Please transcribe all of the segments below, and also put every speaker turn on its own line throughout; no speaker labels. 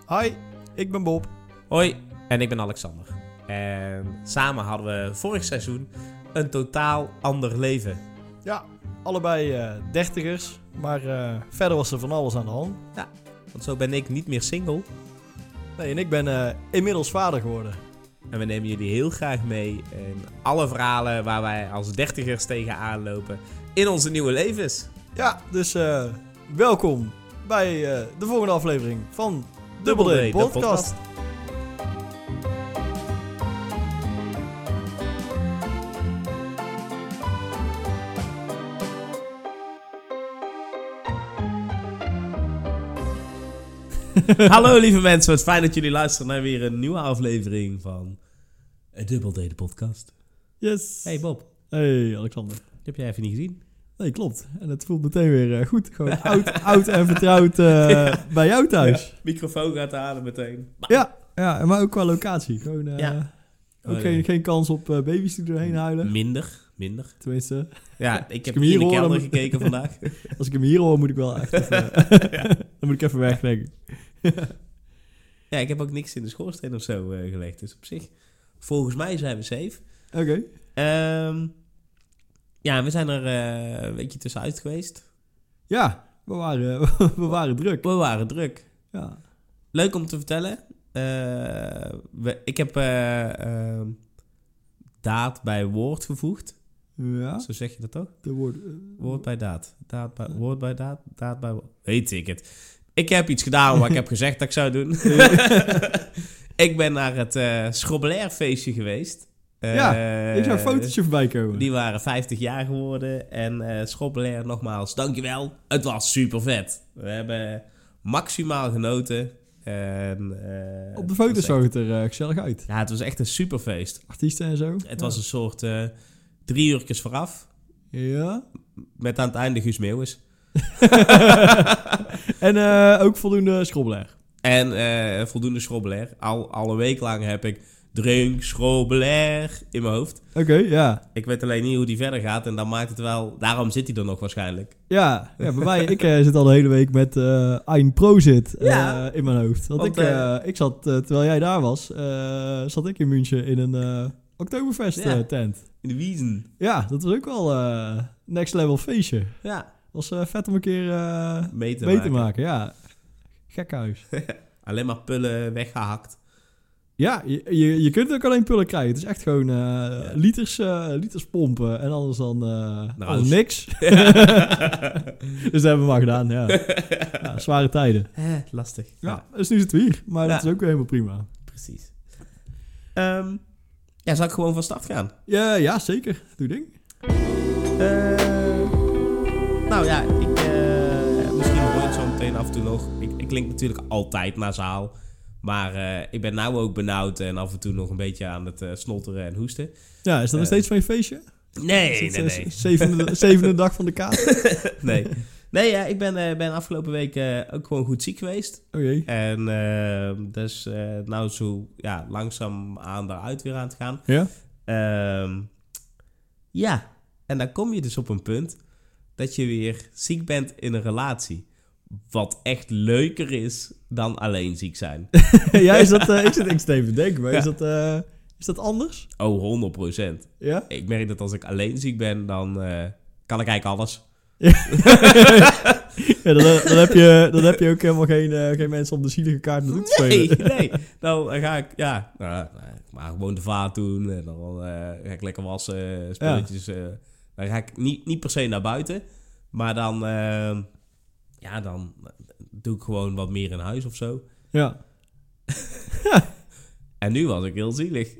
Hi, ik ben Bob.
Hoi, en ik ben Alexander. En samen hadden we vorig seizoen een totaal ander leven.
Ja, allebei dertigers, maar verder was er van alles aan de hand.
Ja, want zo ben ik niet meer single.
Nee, en ik ben inmiddels vader geworden.
En we nemen jullie heel graag mee in alle verhalen waar wij als dertigers tegenaan lopen in onze nieuwe levens.
Ja, dus welkom bij de volgende aflevering van Double D,
de
podcast.
Hallo lieve mensen, wat fijn dat jullie luisteren naar weer een nieuwe aflevering van Double D, de podcast.
Yes.
Hey Bob.
Hey Alexander.
Die heb jij even niet gezien?
Nee, klopt. En het voelt meteen weer goed. Gewoon oud en vertrouwd bij jou thuis.
Ja, microfoon gaat halen meteen.
Ja, maar ook qua locatie. Gewoon, ook geen kans op baby's die er doorheen huilen.
Minder.
Tenminste.
Ja, ik heb
hem
hier in
hier
de
hoor,
kelder
dan
gekeken vandaag.
Als ik hem hier hoor, moet ik wel echt even... Dan moet ik even weg, denk ik.
Ja, ik heb ook niks in de schoorsteen of zo gelegd. Dus op zich, volgens mij zijn we safe.
Oké.
Ja, we zijn er een beetje tussenuit geweest.
Ja, we waren druk.
We waren druk.
Ja.
Leuk om te vertellen. Ik heb daad bij woord gevoegd.
Ja.
Zo zeg je dat toch?
De woord...
Woord bij daad. Woord bij daad. Daad bij woord. Weet ik het. Ik heb iets gedaan wat ik heb gezegd dat ik zou doen. Ik ben naar het Schrobbelair feestje geweest.
Ik zag een fotootje voorbij komen.
Die waren 50 jaar geworden. En Schrobbelair, nogmaals, dankjewel. Het was super vet. We hebben maximaal genoten. En,
Op de foto's zag het er gezellig uit.
Ja, het was echt een superfeest.
Artiesten en zo.
Het was een soort 3 uurtjes vooraf.
Ja.
Met aan het einde Guus Meeuwis.
En ook voldoende Schrobbelair.
En voldoende Schrobbelair. Al een week lang heb ik drink Schrobbelair in mijn hoofd.
Oké, ja.
Ik weet alleen niet hoe die verder gaat. En dan maakt het wel... Daarom zit hij er nog waarschijnlijk.
Ja, bij mij, ik zit al de hele week met Ein Prozit in mijn hoofd. Want ik zat, terwijl jij daar was, zat ik in München in een Oktoberfest tent.
In de Wiesen.
Ja, dat was ook wel next level feestje.
Ja.
Was vet om een keer
mee
te maken. Ja, gek huis.
Alleen maar pullen weggehakt.
Ja, je kunt ook alleen pullen krijgen. Het is echt gewoon liters pompen en anders dan niks. Dus dat hebben we maar gedaan, ja. Zware tijden.
Lastig.
Ja, dus nu zitten we hier. Maar dat is ook weer helemaal prima.
Precies. Zal ik gewoon van start gaan?
Ja, zeker. Doe ding.
Nou ja, misschien hoor je het zo meteen af en toe nog. Ik klink natuurlijk altijd nasaal. Maar ik ben nou ook benauwd en af en toe nog een beetje aan het snotteren en hoesten.
Ja, is dat nog steeds van je feestje?
Nee.
Zevende dag van de kaart?
Nee. Nee, ja, ik ben afgelopen week ook gewoon goed ziek geweest.
Oké.
En dus nou zo langzaam daaruit weer aan het gaan.
Ja?
En dan kom je dus op een punt dat je weer ziek bent in een relatie. Wat echt leuker is dan alleen ziek zijn.
Ja, is dat... ik zit even te denken, maar is dat anders?
Oh, 100%.
Ja?
Ik merk dat als ik alleen ziek ben, dan kan ik eigenlijk alles.
Ja, dan heb je ook helemaal geen mensen op de zielige kaart naartoe te spelen.
Nee. Dan ga ik, maar gewoon de vaat doen. En dan ga ik lekker wassen, spulletjes. Dan ga ik niet per se naar buiten. Maar dan, dan doe ik gewoon wat meer in huis of zo.
Ja.
En nu was ik heel zielig.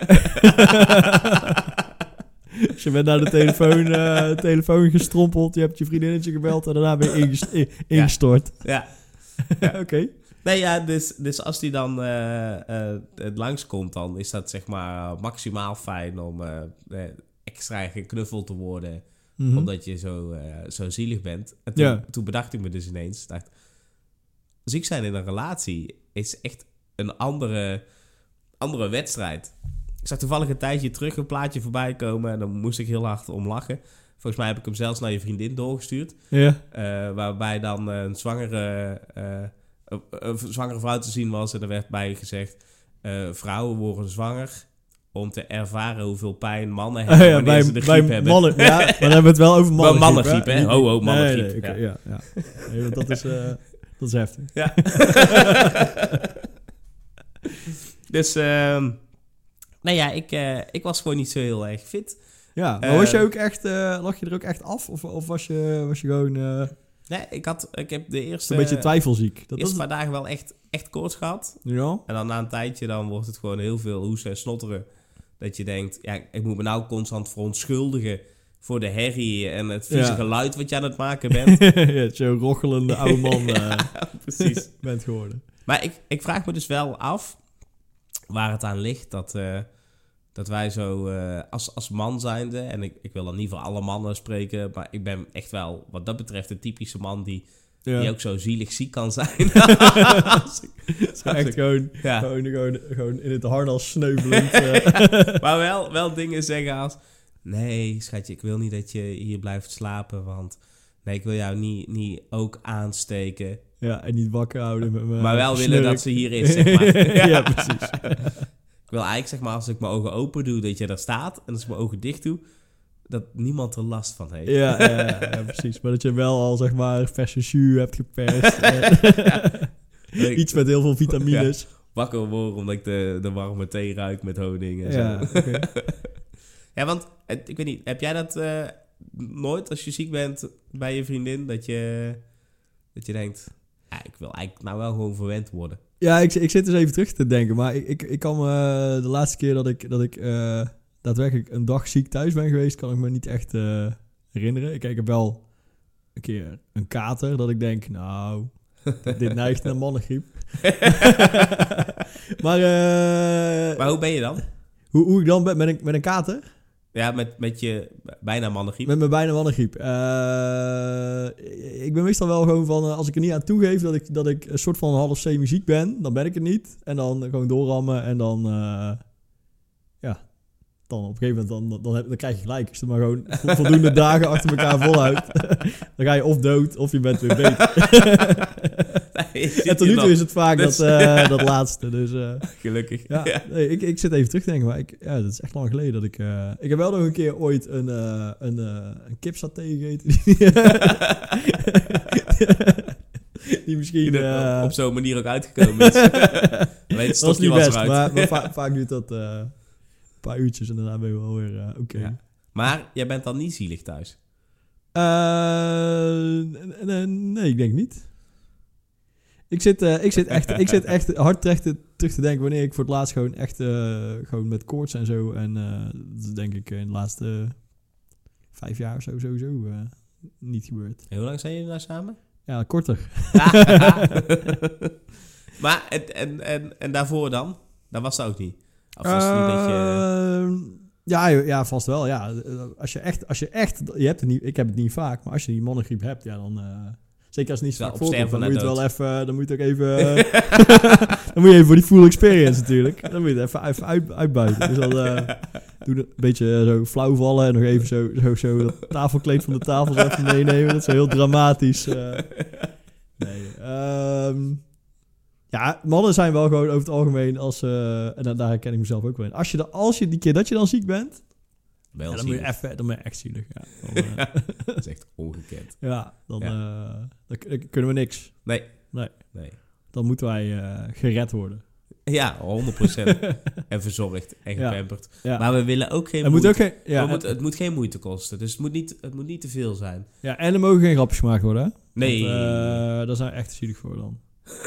Dus je bent naar de telefoon gestrompeld, je hebt je vriendinnetje gebeld en daarna ben je ingestort.
Ja.
Oké.
Nee, ja, dus als die dan langskomt, dan is dat zeg maar maximaal fijn om extra geknuffeld te worden. Mm-hmm. Omdat je zo zielig bent. En toen bedacht ik me dus ineens, ziek zijn in een relatie is echt een andere wedstrijd. Ik zag toevallig een tijdje terug een plaatje voorbij komen en dan moest ik heel hard om lachen. Volgens mij heb ik hem zelfs naar je vriendin doorgestuurd.
Ja.
Waarbij dan een zwangere een zwangere vrouw te zien was. En er werd bij gezegd, vrouwen worden zwanger om te ervaren hoeveel pijn mannen hebben wanneer ze de griep hebben.
Mannen, ja, maar dan hebben we het wel over mannengriep,
hè? Ho, mannengriep.
Nee, ja. Nee, dat is heftig.
Ja. Dus, ik was gewoon niet zo heel erg fit.
Ja, maar was je ook echt, lag je er ook echt af? Of was je gewoon...
Nee, ik heb de eerste...
Een beetje twijfelziek.
Dat eerste paar dagen wel echt koorts gehad.
Ja.
En dan na een tijdje dan wordt het gewoon heel veel hoesten en snotteren. Dat je denkt, ja, ik moet me nou constant verontschuldigen voor de herrie en het vieze geluid wat je aan het maken bent.
Ja, zo'n rochelende oude man
precies.
bent geworden.
Maar ik vraag me dus wel af waar het aan ligt dat wij zo als man zijnde, en ik wil dan niet voor alle mannen spreken, maar ik ben echt wel wat dat betreft een typische man die ook zo zielig ziek kan zijn.
Gewoon in het harnas sneuvelend.
Maar wel dingen zeggen als, nee schatje, ik wil niet dat je hier blijft slapen, want nee, ik wil jou niet ook aansteken.
Ja, en niet wakker houden met me.
Maar wel willen dat ze hier is, zeg maar.
Ja, precies.
Ik wil eigenlijk, zeg maar, als ik mijn ogen open doe, dat je daar staat. En als ik mijn ogen dicht doe, dat niemand er last van heeft.
Ja, precies. Maar dat je wel al, zeg maar, verse jus hebt geperst. Iets met heel veel vitamines.
Ja, wakker worden omdat ik de warme thee ruik met honing en
zo.
Okay. Ja, want, ik weet niet, heb jij dat nooit als je ziek bent bij je vriendin? Dat je denkt, ik wil eigenlijk nou wel gewoon verwend worden.
Ja, ik zit dus even terug te denken. Maar ik kan me de laatste keer dat ik daadwerkelijk een dag ziek thuis ben geweest, kan ik me niet echt herinneren. Ik heb wel een keer een kater dat ik denk, nou, dit neigt naar mannengriep. Maar
hoe ben je dan?
Hoe ik dan ben met een kater?
Ja, met je bijna mannengriep.
Met mijn bijna mannengriep. Ik ben meestal wel gewoon van, als ik er niet aan toegeef dat ik een soort van half semi-ziek ben, dan ben ik het niet. En dan gewoon doorrammen en dan, dan op een gegeven moment, dan krijg je gelijk. Als je maar gewoon voldoende dagen achter elkaar voluit, dan ga je of dood of je bent weer beter. En tot nu toe is het vaak dus, dat laatste. Dus,
gelukkig.
Ja, nee, ik zit even terug te denken, maar dat is echt lang geleden dat ik... ik heb wel nog een keer ooit een kipsaté gegeten. Die misschien...
op zo'n manier ook uitgekomen is.
Dat was niet best, maar vaak duurt dat een paar uurtjes en daarna ben je wel weer oké.
Ja. Maar jij bent dan niet zielig thuis?
Nee, ik denk niet. Ik zit echt hard terug te denken wanneer ik voor het laatst gewoon echt gewoon met koorts en zo. En dat is denk ik in de laatste 5 jaar of zo sowieso niet gebeurd.
En hoe lang zijn jullie nou samen?
Ja, korter.
Maar en daarvoor dan? Dat was dat ook niet? Of was het niet dat je...
Ja, vast wel. Ja. Als je echt je hebt het niet, ik heb het niet vaak, maar als je die mannengriep hebt, ja dan... Zeker als het niet zo vaak voorkomt, dan moet je het wel even... Dan moet je ook even... dan moet je even voor die full experience natuurlijk. Dan moet je het even uitbuiten. Dus dan doe een beetje zo flauw vallen en nog even zo dat tafelkleed van de tafel zo even meenemen. Dat is zo heel dramatisch. Nee. Ja, mannen zijn wel gewoon over het algemeen als... en daar herken ik mezelf ook wel in. Als je die keer dat je dan ziek bent...
Ja,
dan ben je echt zielig. Ja.
Dat is echt ongekend.
Ja, dan kunnen we niks.
Nee.
Dan moeten wij gered worden.
Ja, 100%. En verzorgd en gepamperd. Ja. Maar we willen ook geen moeite. Het moet geen moeite kosten. Dus het moet niet te veel zijn.
Ja, en er mogen geen grapjes gemaakt worden. Hè?
Nee.
Want, daar zijn we echt zielig voor dan.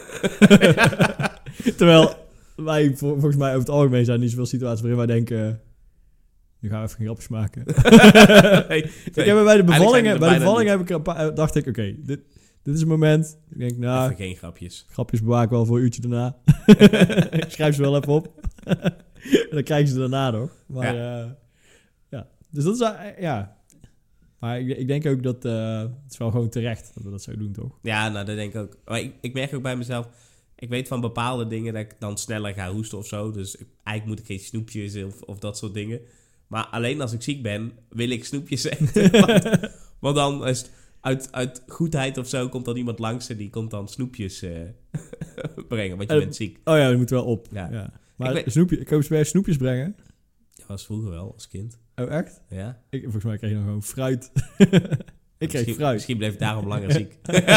Terwijl wij volgens mij over het algemeen zijn niet zoveel situaties waarin wij denken... Nu gaan we even geen grapjes maken. Ik heb bij de bevalling dacht ik, oké, dit is het moment. Ik denk, nou...
Even geen grapjes.
Grapjes bewaar ik wel voor een uurtje daarna. Ik schrijf ze wel even op. En dan krijgen ze daarna nog. Maar ja. Dus dat is... ja. Maar ik denk ook dat... het is wel gewoon terecht dat we dat zo doen, toch?
Ja, nou, dat denk ik ook. Maar ik merk ook bij mezelf... Ik weet van bepaalde dingen dat ik dan sneller ga hoesten of zo. Dus eigenlijk moet ik geen snoepjes of dat soort dingen. Maar alleen als ik ziek ben, wil ik snoepjes eten. want dan is het uit goedheid of zo komt dan iemand langs en die komt dan snoepjes brengen, want je bent ziek.
Oh ja, dat moet wel op.
Ja.
Maar koop je snoepjes brengen?
Dat was vroeger wel, als kind.
Oh, echt?
Ja.
Volgens mij kreeg je dan gewoon fruit. Ik kreeg fruit.
Misschien bleef ik daarom langer ziek.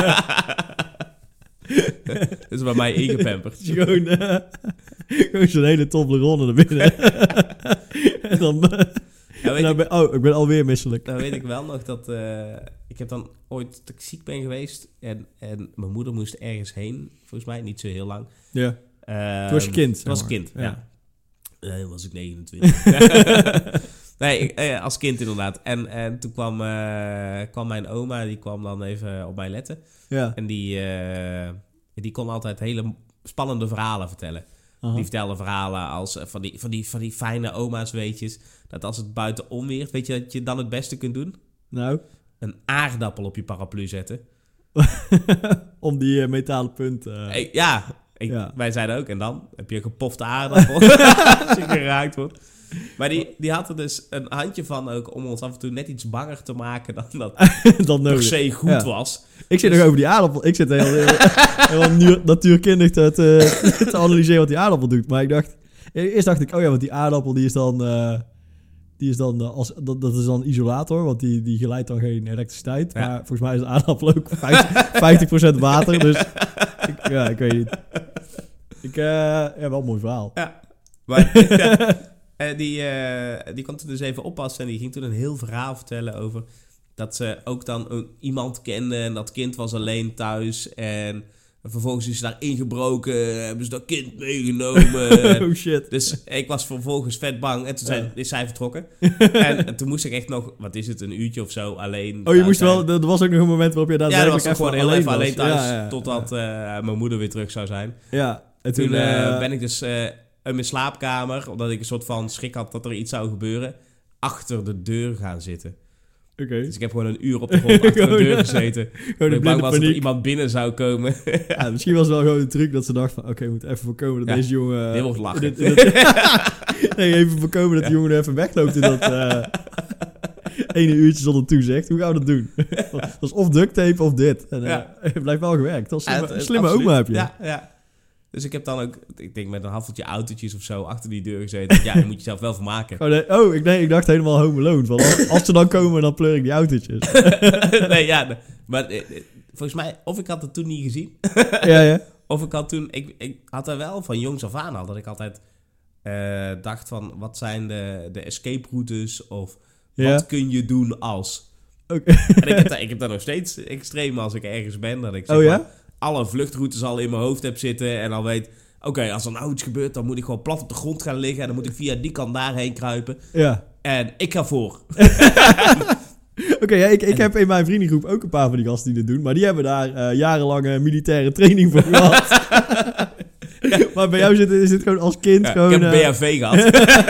Dus bij mij ingepamperd.
Gewoon zo'n hele Toblerone naar binnen. En dan... ik ben alweer misselijk.
Dan weet ik wel nog dat... ik heb dan ooit dat ik ziek ben geweest. En mijn moeder moest ergens heen. Volgens mij niet zo heel lang.
Ja. Toen was je kind.
Toen was ik kind, ja. Dan was ik 29. Nee, als kind inderdaad. En toen kwam mijn oma, die kwam dan even op mij letten.
Ja.
En die kon altijd hele spannende verhalen vertellen.
Aha.
Die vertelde verhalen als van die fijne oma's, weetjes. Dat als het buiten onweert, weet je dat je dan het beste kunt doen?
Nou?
Een aardappel op je paraplu zetten.
Om die metalen punt...
Wij zeiden ook. En dan heb je een gepofte aardappel als je geraakt wordt. Maar die had er dus een handje van ook om ons af en toe net iets banger te maken dan dat per se goed was.
Ik zit nog over die aardappel. Ik zit heel natuurkundig te analyseren wat die aardappel doet. Maar eerst dacht ik, want die aardappel die is dan... dat is dan een isolator, want die geleidt dan geen elektriciteit. Ja. Maar volgens mij is de aardappel ook 50% water. Dus ik weet niet. Wel een mooi verhaal.
Ja, maar... Die kwam toen dus even oppassen en die ging toen een heel verhaal vertellen over dat ze ook dan iemand kende en dat kind was alleen thuis en vervolgens is ze daar ingebroken, hebben ze dat kind meegenomen.
Oh shit.
Dus ik was vervolgens vet bang en toen is zij vertrokken. En toen moest ik echt nog, wat is het, een uurtje of zo alleen.
Oh, je moest wel, er was ook nog een moment waarop je daadwerkelijk
even gewoon heel even alleen thuis totdat mijn moeder weer terug zou zijn.
Ja.
En toen ben ik dus... in mijn slaapkamer, omdat ik een soort van schrik had dat er iets zou gebeuren, achter de deur gaan zitten.
Okay.
Dus ik heb gewoon een uur op de grond achter de deur gezeten. Ik bang was dat er iemand binnen zou komen.
Ja, misschien was het wel gewoon een truc dat ze dacht van... Oké, we moeten even voorkomen dat deze jongen...
Dit wordt lachen.
Even voorkomen dat die jongen even wegloopt in dat... ene uurtje zonder toezicht. Hoe gaan we dat doen? Dat is of duct tape of dit. En het blijft wel gewerkt. Dat is een slimme oma heb je.
Ja. Dus ik heb dan ook, ik denk met een halfeltje autootjes of zo achter die deur gezeten. Ja, je moet jezelf wel vermaken.
Ik dacht helemaal Home Alone. Van als ze dan komen, dan pleur ik die autootjes.
Maar volgens mij, of ik had het toen niet gezien.
Ja.
Of ik had toen, ik had er wel van jongs af aan al, dat ik altijd dacht van, wat zijn de escape routes? Of wat kun je doen als?
Okay.
En ik heb dat nog steeds extreem als ik ergens ben. Dat ik zeg alle vluchtroutes al in mijn hoofd heb zitten en al weet... Oké, als er nou iets gebeurt, dan moet ik gewoon plat op de grond gaan liggen... en dan moet ik via die kant daarheen kruipen.
Ja.
En ik ga voor.
Ik heb in mijn vriendengroep ook een paar van die gasten die dit doen... maar die hebben daar jarenlange militaire training voor gehad. Maar bij jou is dit gewoon als kind gewoon...
Ik heb een BHV gehad.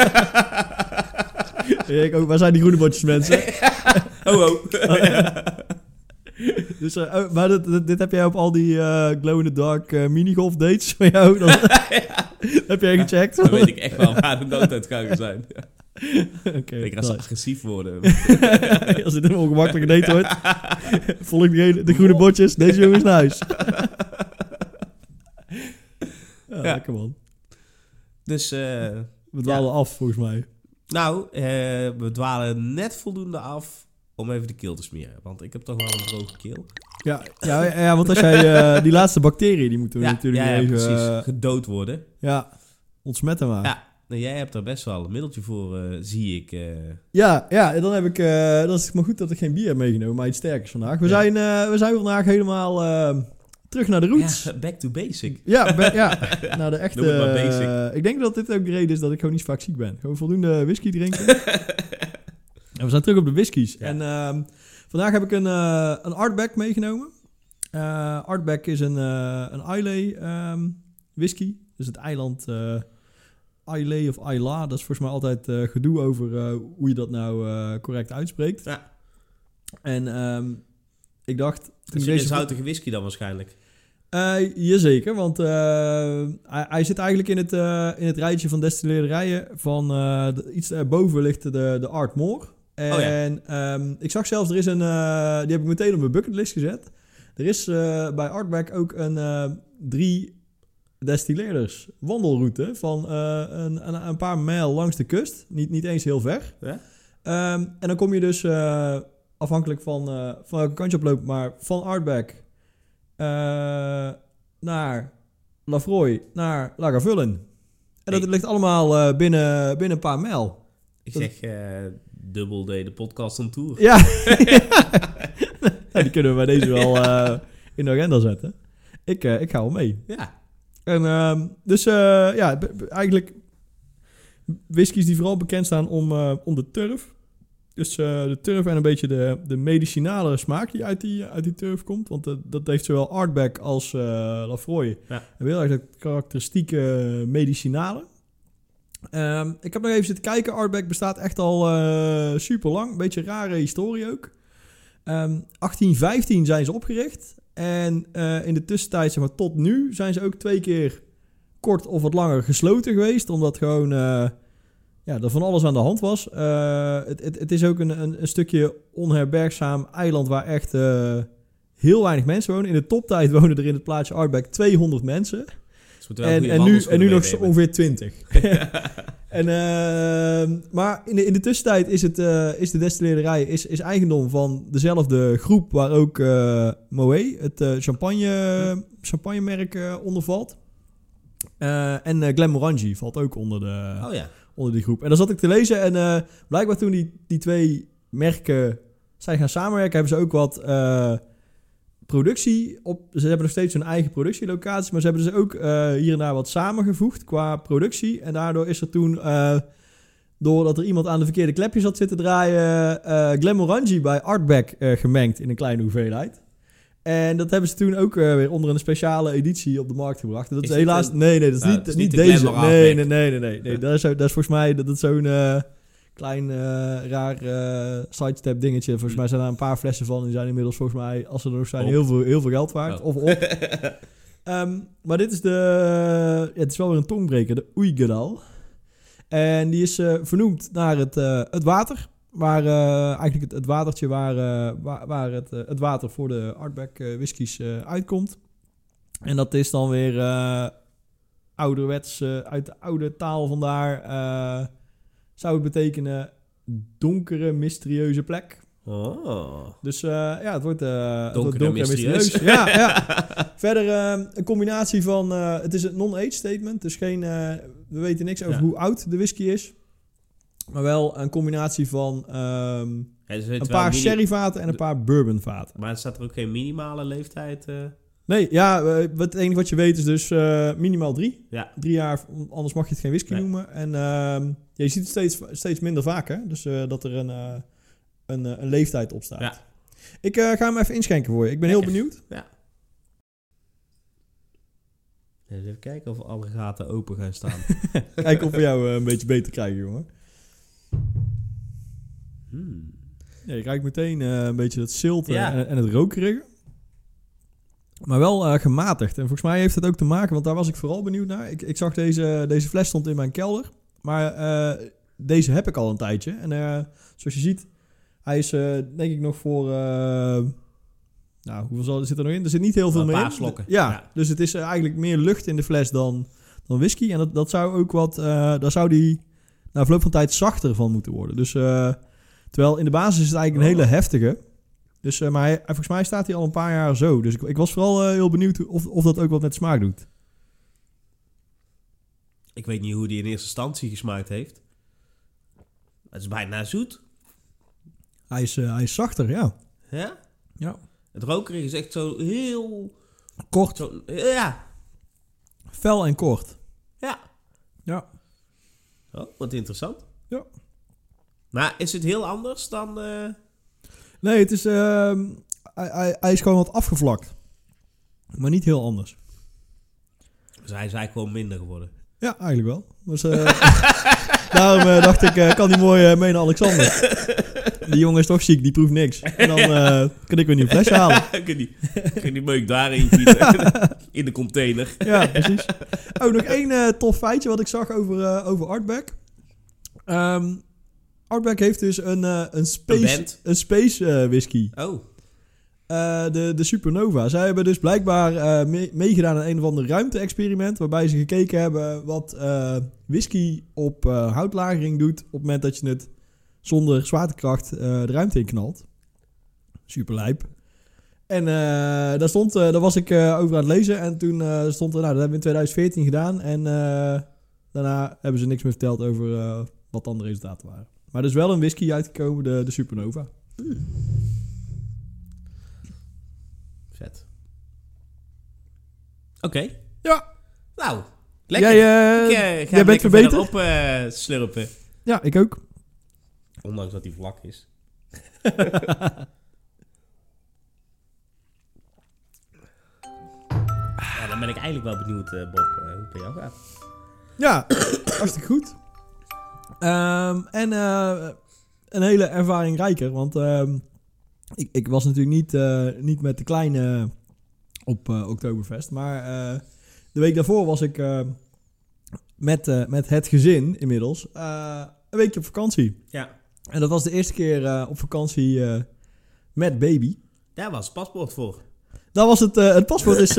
Waar zijn die groene botjes, mensen? Dus, maar dit heb jij op al die glow-in-the-dark minigolf dates van jou? Heb jij gecheckt?
Dan weet ik echt wel waar de nooduitgangen zijn.
Zeker
als ze agressief worden.
Als dit een ongemakkelijke date wordt, volg de groene botjes, deze jongen is naar huis. Lekker man.
Dus...
we dwalen af, volgens mij.
Nou, we dwalen net voldoende af om even de keel te smeren. Want ik heb toch wel een droge keel.
Ja, want als jij die laatste bacteriën, die moeten we natuurlijk even...
precies. Gedood worden.
Ja, ontsmetten maar.
Ja, nou, jij hebt er best wel een middeltje voor, zie ik.
Ja, dan heb ik... dat is maar goed dat ik geen bier heb meegenomen, maar iets sterkers vandaag. We zijn vandaag helemaal terug naar de roots.
Ja, back to basic.
Naar de echte...
Noem het maar basic.
Ik denk dat dit ook de reden is dat ik gewoon niet vaak ziek ben. Gewoon voldoende whisky drinken. En we zijn terug op de whiskies. Ja. En vandaag heb ik een Ardbeg meegenomen. Ardbeg is een Islay whisky. Dus het eiland Islay of Isla. Dat is volgens mij altijd gedoe over hoe je dat nou correct uitspreekt. Ja. En ik dacht...
Het is een zoutige whisky dan waarschijnlijk.
Jazeker, want hij zit eigenlijk in het rijtje van destilleerderijen. Iets daarboven ligt de Ardmore. En ik zag zelfs, er is die heb ik meteen op mijn bucketlist gezet. Er is bij Ardbeg ook een 3 destilleerders wandelroute van een paar mijl langs de kust. Niet eens heel ver.
Ja?
En dan kom je dus, afhankelijk van welke kant je oploopt, maar van Ardbeg naar Lafroy, naar Lagavulin. En dat ligt allemaal binnen een paar mijl.
Ik zeg, dubbel de podcast on tour.
Ja. Die kunnen we bij deze wel in de agenda zetten. Ik ga wel mee.
Ja.
En eigenlijk whiskies die vooral bekend staan om de turf. Dus de turf en een beetje de medicinale smaak die uit die turf komt. Want dat heeft zowel Ardbeg als Lafroy.
Ja.
Heel erg dat karakteristieke medicinale. Ik heb nog even zitten kijken. Ardbeg bestaat echt al super lang. Een beetje een rare historie ook. 1815 zijn ze opgericht. En in de tussentijd, zeg maar, tot nu zijn ze ook 2 keer kort of wat langer gesloten geweest. Omdat gewoon er van alles aan de hand was. Het is ook een stukje onherbergzaam eiland waar echt heel weinig mensen wonen. In de toptijd wonen er in het plaatsje Ardbeg 200 mensen. En nu nog zo ongeveer 20. Maar in de tussentijd is de destilleerderij is eigendom van dezelfde groep waar ook Moët, het champagnemerk, onder valt. En Glenmorangie valt ook onder die groep. En dan zat ik te lezen en blijkbaar toen die 2 merken zijn gaan samenwerken, hebben ze ook wat productie op. Ze hebben nog steeds hun eigen productielocaties, maar ze hebben dus ook hier en daar wat samengevoegd qua productie. En daardoor is er toen, doordat er iemand aan de verkeerde klepjes had zitten draaien, Glenmorangie bij Ardbeg gemengd in een kleine hoeveelheid. En dat hebben ze toen ook weer onder een speciale editie op de markt gebracht. En dat is helaas... Nee, dat is niet deze. Nee. Dat is volgens mij dat zo'n klein raar sidestep dingetje. Volgens mij zijn er een paar flessen van. Die zijn inmiddels volgens mij, als ze er nog zijn, heel veel geld waard. Of op. Maar dit is het is wel weer een tongbreker. De Oeigedal. En die is vernoemd naar het water. Waar eigenlijk het watertje waar het water voor de Ardbeg whiskies uitkomt. En dat is dan weer ouderwets uit de oude taal vandaar. Zou het betekenen donkere, mysterieuze plek.
Oh.
Dus het wordt
donker en mysterieus.
Ja. Verder een combinatie van... het is een non-age statement. Dus we weten niks over hoe oud de whisky is. Maar wel een combinatie van een paar sherryvaten en een paar bourbonvaten.
Maar staat er ook geen minimale leeftijd?
Nee, het enige wat je weet is dus minimaal 3.
Ja.
3 jaar, anders mag je het geen whisky noemen. En je ziet het steeds minder vaak, hè. Dus dat er een leeftijd op staat. Ja. Ik ga hem even inschenken voor je. Ik ben heel benieuwd.
Ja. Even kijken of alle gaten open gaan staan.
Kijken of we jou een beetje beter krijgen, jongen. Ja, je ruikt meteen een beetje het zilt en het rokerige. Maar wel gematigd. En volgens mij heeft het ook te maken, want daar was ik vooral benieuwd naar. Ik zag deze fles stond in mijn kelder. Maar deze heb ik al een tijdje. En zoals je ziet, hij is denk ik nog voor... hoeveel zit er nog in? Er zit niet heel veel meer in. Een paar
slokken.
Ja, dus het is eigenlijk meer lucht in de fles dan whisky. En dat zou ook wat... daar zou die na verloop van tijd zachter van moeten worden. Dus terwijl in de basis is het eigenlijk een hele heftige. Dus, maar volgens mij staat hij al een paar jaar zo. Dus ik was vooral heel benieuwd of dat ook wat met smaak doet.
Ik weet niet hoe die in eerste instantie gesmaakt heeft. Het is bijna zoet.
Hij is zachter, ja.
Ja?
Ja.
Het rokerige is echt zo heel...
Kort.
Zo, ja.
Fel en kort.
Ja.
Ja.
Oh, wat interessant.
Ja.
Maar is het heel anders dan...
Nee, het is... hij is gewoon wat afgevlakt. Maar niet heel anders.
Dus hij is eigenlijk gewoon minder geworden.
Ja, eigenlijk wel. Dus, daarom dacht ik, kan die mooi mee naar Alexander. Die jongen is toch ziek, die proeft niks. En dan kan ik weer een nieuw flesje halen.
Kun die meuk daarin gieten. In de container.
Ja, precies. Oh, nog één tof feitje wat ik zag over Ardbeg. Ardbeg heeft dus een space whisky.
Oh.
de Supernova. Zij hebben dus blijkbaar meegedaan aan een of ander ruimte-experiment, waarbij ze gekeken hebben wat whisky op houtlagering doet op het moment dat je het zonder zwaartekracht de ruimte in knalt. Super lijp. En daar was ik over aan het lezen. En toen stond er, dat hebben we in 2014 gedaan. En daarna hebben ze niks meer verteld over wat dan de resultaten waren. Maar er is wel een whisky uitgekomen, de Supernova.
Vet. Oké.
Ja.
Nou, lekker.
Jij bent verbeterd?
Op slurpen.
Ja, ik ook.
Ondanks dat hij vlak is. Ja, dan ben ik eigenlijk wel benieuwd, Bob, hoe het bij jou gaat.
Ja, hartstikke goed. En een hele ervaring rijker, want ik was natuurlijk niet met de kleine op Oktoberfest, maar de week daarvoor was ik met het gezin inmiddels een weekje op vakantie.
Ja.
En dat was de eerste keer op vakantie met baby.
Daar was het paspoort voor.
Daar was het paspoort is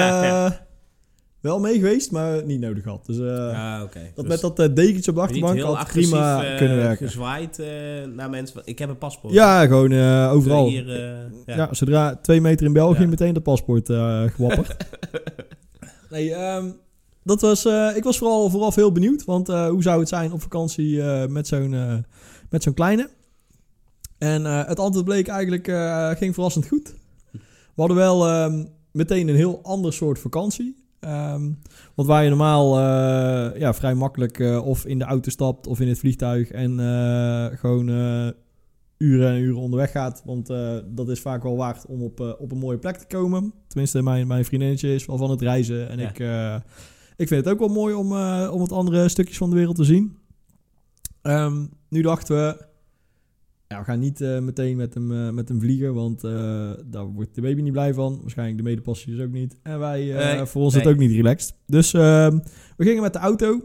wel mee geweest, maar niet nodig had. Dus
okay.
dat dus met dat dekentje op de achterbank had prima kunnen werken.
Gezwaaid naar mensen. Ik heb een paspoort.
Ja, gewoon overal.
Hier,
ja, zodra 2 meter in België meteen dat paspoort gewapperd. Nee, dat was, ik was vooral veel benieuwd, want hoe zou het zijn op vakantie met zo'n kleine? En het antwoord bleek eigenlijk, ging verrassend goed. We hadden wel meteen een heel ander soort vakantie. Want waar je normaal vrij makkelijk of in de auto stapt of in het vliegtuig en gewoon uren en uren onderweg gaat. Want dat is vaak wel waard om op een mooie plek te komen. Tenminste, mijn vriendinnetje is wel van het reizen. En ik vind het ook wel mooi om het andere stukjes van de wereld te zien. Nu dachten we, we gaan niet meteen met hem vliegen, want daar wordt de baby niet blij van. Waarschijnlijk de medepassagiers ook niet. En wij, voor ons is het ook niet relaxed. Dus we gingen met de auto.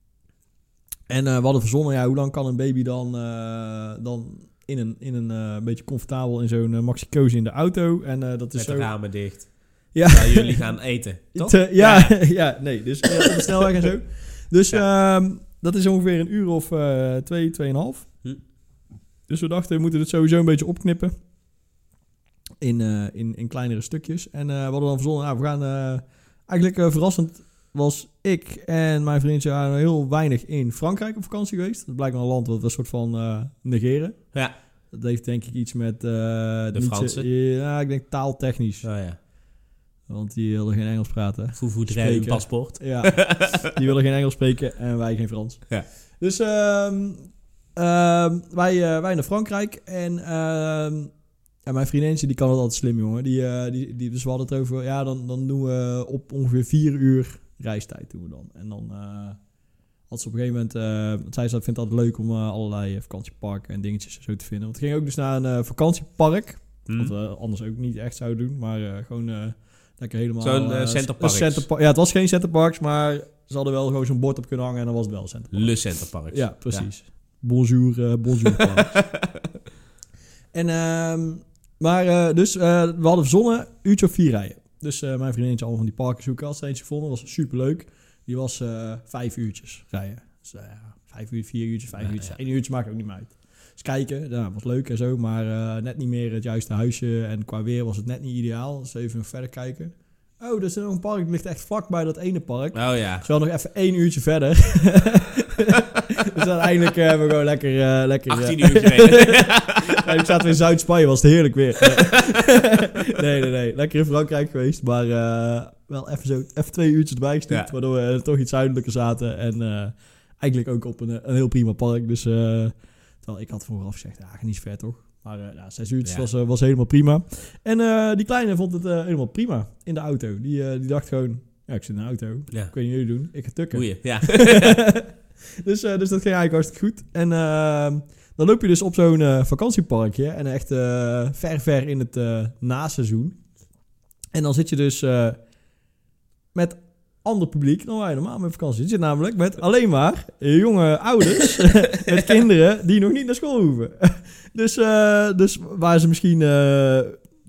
En we hadden verzonnen, hoe lang kan een baby dan in een beetje comfortabel in zo'n maxi-cozy in de auto. En dat is
met de ramen dicht.
Ja.
Waar jullie gaan eten, toch?
Nee. Dus op de snelweg en zo. Dus dat is ongeveer een uur of 2,5. Dus we dachten, we moeten het sowieso een beetje opknippen. In kleinere stukjes. En we hadden dan verzonnen, we gaan... eigenlijk verrassend was ik en mijn vriendje waren heel weinig in Frankrijk op vakantie geweest. Dat blijkt wel een land wat we een soort van negeren.
Ja.
Dat heeft denk ik iets met...
de Fransen?
Ik denk taaltechnisch.
Oh ja.
Want die wilden geen Engels praten.
Foevoederij paspoort.
Ja, die willen geen Engels spreken en wij geen Frans.
Ja.
Dus wij naar Frankrijk en mijn vriendinnetje die kan het altijd slim, jongen. Dus we hadden het over, dan doen we op ongeveer 4 uur reistijd doen we dan. En dan had ze op een gegeven moment, want zij vindt het altijd leuk om allerlei vakantieparken en dingetjes zo te vinden. Want we gingen ook dus naar een vakantiepark, wat we anders ook niet echt zouden doen, maar gewoon... lekker helemaal...
Zo'n Centerparks.
Ja, het was geen Centerparks, maar ze hadden wel gewoon zo'n bord op kunnen hangen en dan was het wel Centerparks.
Le Centerparks.
Ja, precies. Ja. Bonjour parks. En, dus we hadden verzonnen, uurtje of 4 rijden. Dus mijn vriendinnetje al van die parken zoeken. Als ze eentje gevonden, was superleuk. Die was 5 uurtjes rijden. Dus 5 uur, 4 uurtjes, 5 uurtjes. 1 uurtje maakt ook niet meer uit. Dus kijken, was leuk en zo, maar net niet meer het juiste huisje. En qua weer was het net niet ideaal. Dus even nog verder kijken. Oh, er is nog een park, het ligt echt vlak bij dat ene park.
Oh ja.
Dus wel nog even 1 uurtje verder. Dus uiteindelijk hebben we gewoon lekker
18 uur gereden.
Ik zaten in Zuid-Spanje, was het heerlijk weer. Nee. Lekker in Frankrijk geweest, maar wel even 2 uurtjes erbij gestuurd, waardoor we toch iets zuidelijker zaten. En eigenlijk ook op een heel prima park. Dus terwijl ik had vooraf gezegd, ga niet zo ver toch? Maar 6 uurtjes was helemaal prima. En die kleine vond het helemaal prima in de auto. Die dacht gewoon, ik zit in de auto.
Ja.
Ik weet niet wat jullie doen. Ik ga tukken.
Goeie, ja.
Dus dat ging eigenlijk hartstikke goed. En dan loop je dus op zo'n vakantieparkje. En echt ver in het naseizoen. En dan zit je dus met ander publiek dan wij normaal met vakantie. Je zit namelijk met alleen maar jonge ouders met kinderen die nog niet naar school hoeven. Dus waar ze misschien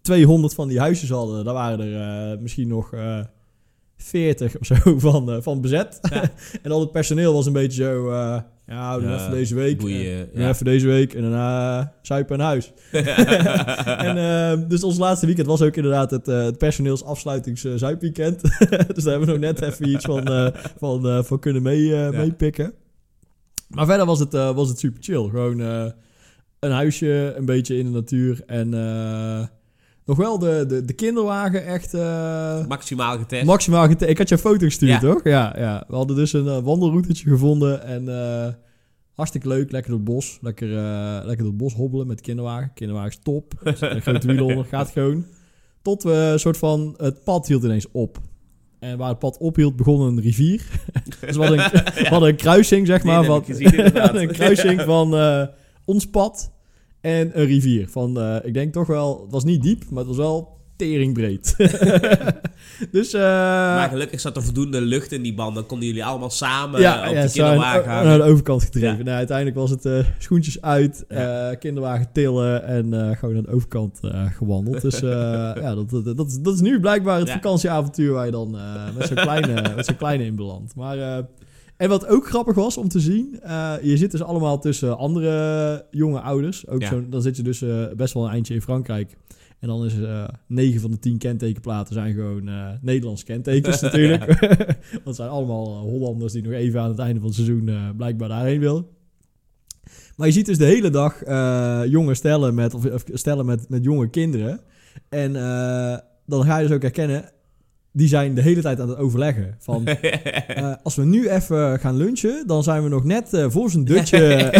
200 van die huisjes hadden, daar waren er misschien nog 40 of zo van bezet. Ja. En al het personeel was een beetje zo... we doen even deze week. Even deze week en daarna zuipen naar huis. En dus ons laatste weekend was ook inderdaad het personeelsafsluitings-zuipweekend. Dus daar hebben we nog net even iets van kunnen meepikken. Maar verder was het super chill. Gewoon een huisje, een beetje in de natuur. En nog wel de kinderwagen echt...
maximaal getest.
Maximaal getest. Ik had je een foto gestuurd, toch? Ja. We hadden dus een wandelroutetje gevonden. En hartstikke leuk. Lekker door het bos. Lekker door het bos hobbelen met de kinderwagen. Kinderwagen is top. Een grote wielen onder. Gaat gewoon. Tot we een soort van... Het pad hield ineens op. En waar het pad ophield, begon een rivier. Dus we hadden een kruising, zeg maar. Een kruising van ons pad en een rivier. Ik denk toch wel... Het was niet diep, maar het was wel teringbreed. Dus,
maar gelukkig zat er voldoende lucht in die band. Dan konden jullie allemaal samen op de kinderwagen
naar de overkant gedreven. Ja. Nou, uiteindelijk was het schoentjes uit, kinderwagen tillen en gewoon aan de overkant gewandeld. Dus dat is nu blijkbaar het vakantieavontuur waar je dan met zo'n kleine in belandt. Maar... En wat ook grappig was om te zien... je zit dus allemaal tussen andere jonge ouders. Dan zit je dus best wel een eindje in Frankrijk. En dan is 9 van de 10 kentekenplaten zijn gewoon Nederlandse kentekens natuurlijk. Want het zijn allemaal Hollanders die nog even aan het einde van het seizoen blijkbaar daarheen willen. Maar je ziet dus de hele dag jonge stellen met jonge kinderen. En dan ga je dus ook herkennen... Die zijn de hele tijd aan het overleggen. Van, als we nu even gaan lunchen, dan zijn we nog net voor zijn dutje.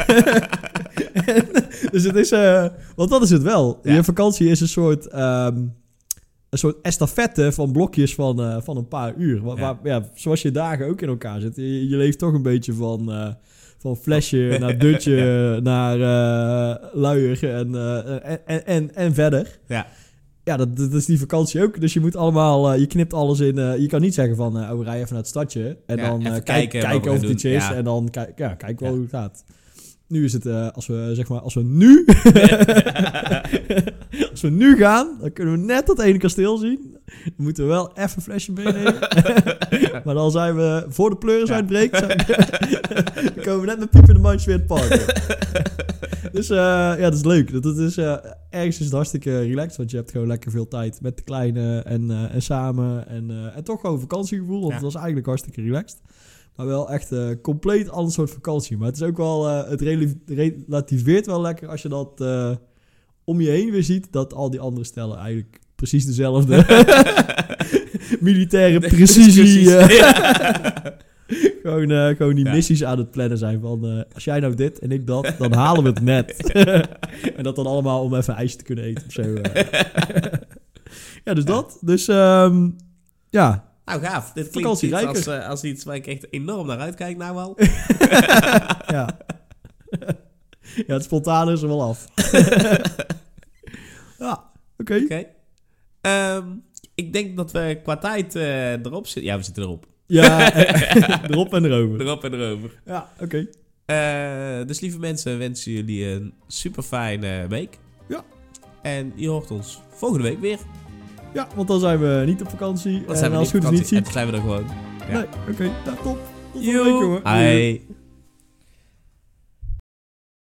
Dus het is... want dat is het wel. Ja. Je vakantie is een soort estafette van blokjes van een paar uur. Zoals je dagen ook in elkaar zit. Je leeft toch een beetje van flesje naar dutje naar luier en verder.
Ja.
Ja, dat is die vakantie ook. Dus je moet allemaal... je knipt alles in... je kan niet zeggen van... we rijden even naar het stadje. En dan kijken of het iets is. Ja. En dan kijken wel hoe het gaat. Nu is het... Als we nu... als we nu gaan... Dan kunnen we net dat ene kasteel zien. Dan moeten we wel even een flesje meenemen. Maar dan zijn we... Voor de pleuris uitbreekt... dan komen we net met piep in de mandjes weer het park. Dus dat is leuk. Dat is, ergens is het hartstikke relaxed. Want je hebt gewoon lekker veel tijd met de kleine en samen. En toch gewoon vakantiegevoel. Want het was eigenlijk hartstikke relaxed. Maar wel echt compleet ander soort vakantie. Maar het is ook wel... het relativeert wel lekker als je dat om je heen weer ziet. Dat al die andere stellen eigenlijk precies dezelfde militaire precisie... Gewoon die missies aan het plannen zijn van... als jij nou dit en ik dat, dan halen we het net. En dat dan allemaal om even ijsje te kunnen eten of zo. Ja, dus dat. Dus ja.
Nou, gaaf. Dit klinkt iets als iets waar ik echt enorm naar uitkijk nou wel.
Ja. Ja, het spontane is er wel af. Ja, oké.
Ik denk dat we qua tijd erop zitten. Ja, we zitten erop.
Ja, erop en erover.
Erop en erover.
Ja, oké.
Dus lieve mensen, wensen jullie een super fijne week.
Ja.
En je hoort ons volgende week weer.
Ja, want dan zijn we niet op vakantie.
Dan zijn we niet op vakantie. En dan zijn we er gewoon.
Ja. Nee, oké. Ja, top. Tot volgende week, jongen.
Hoi.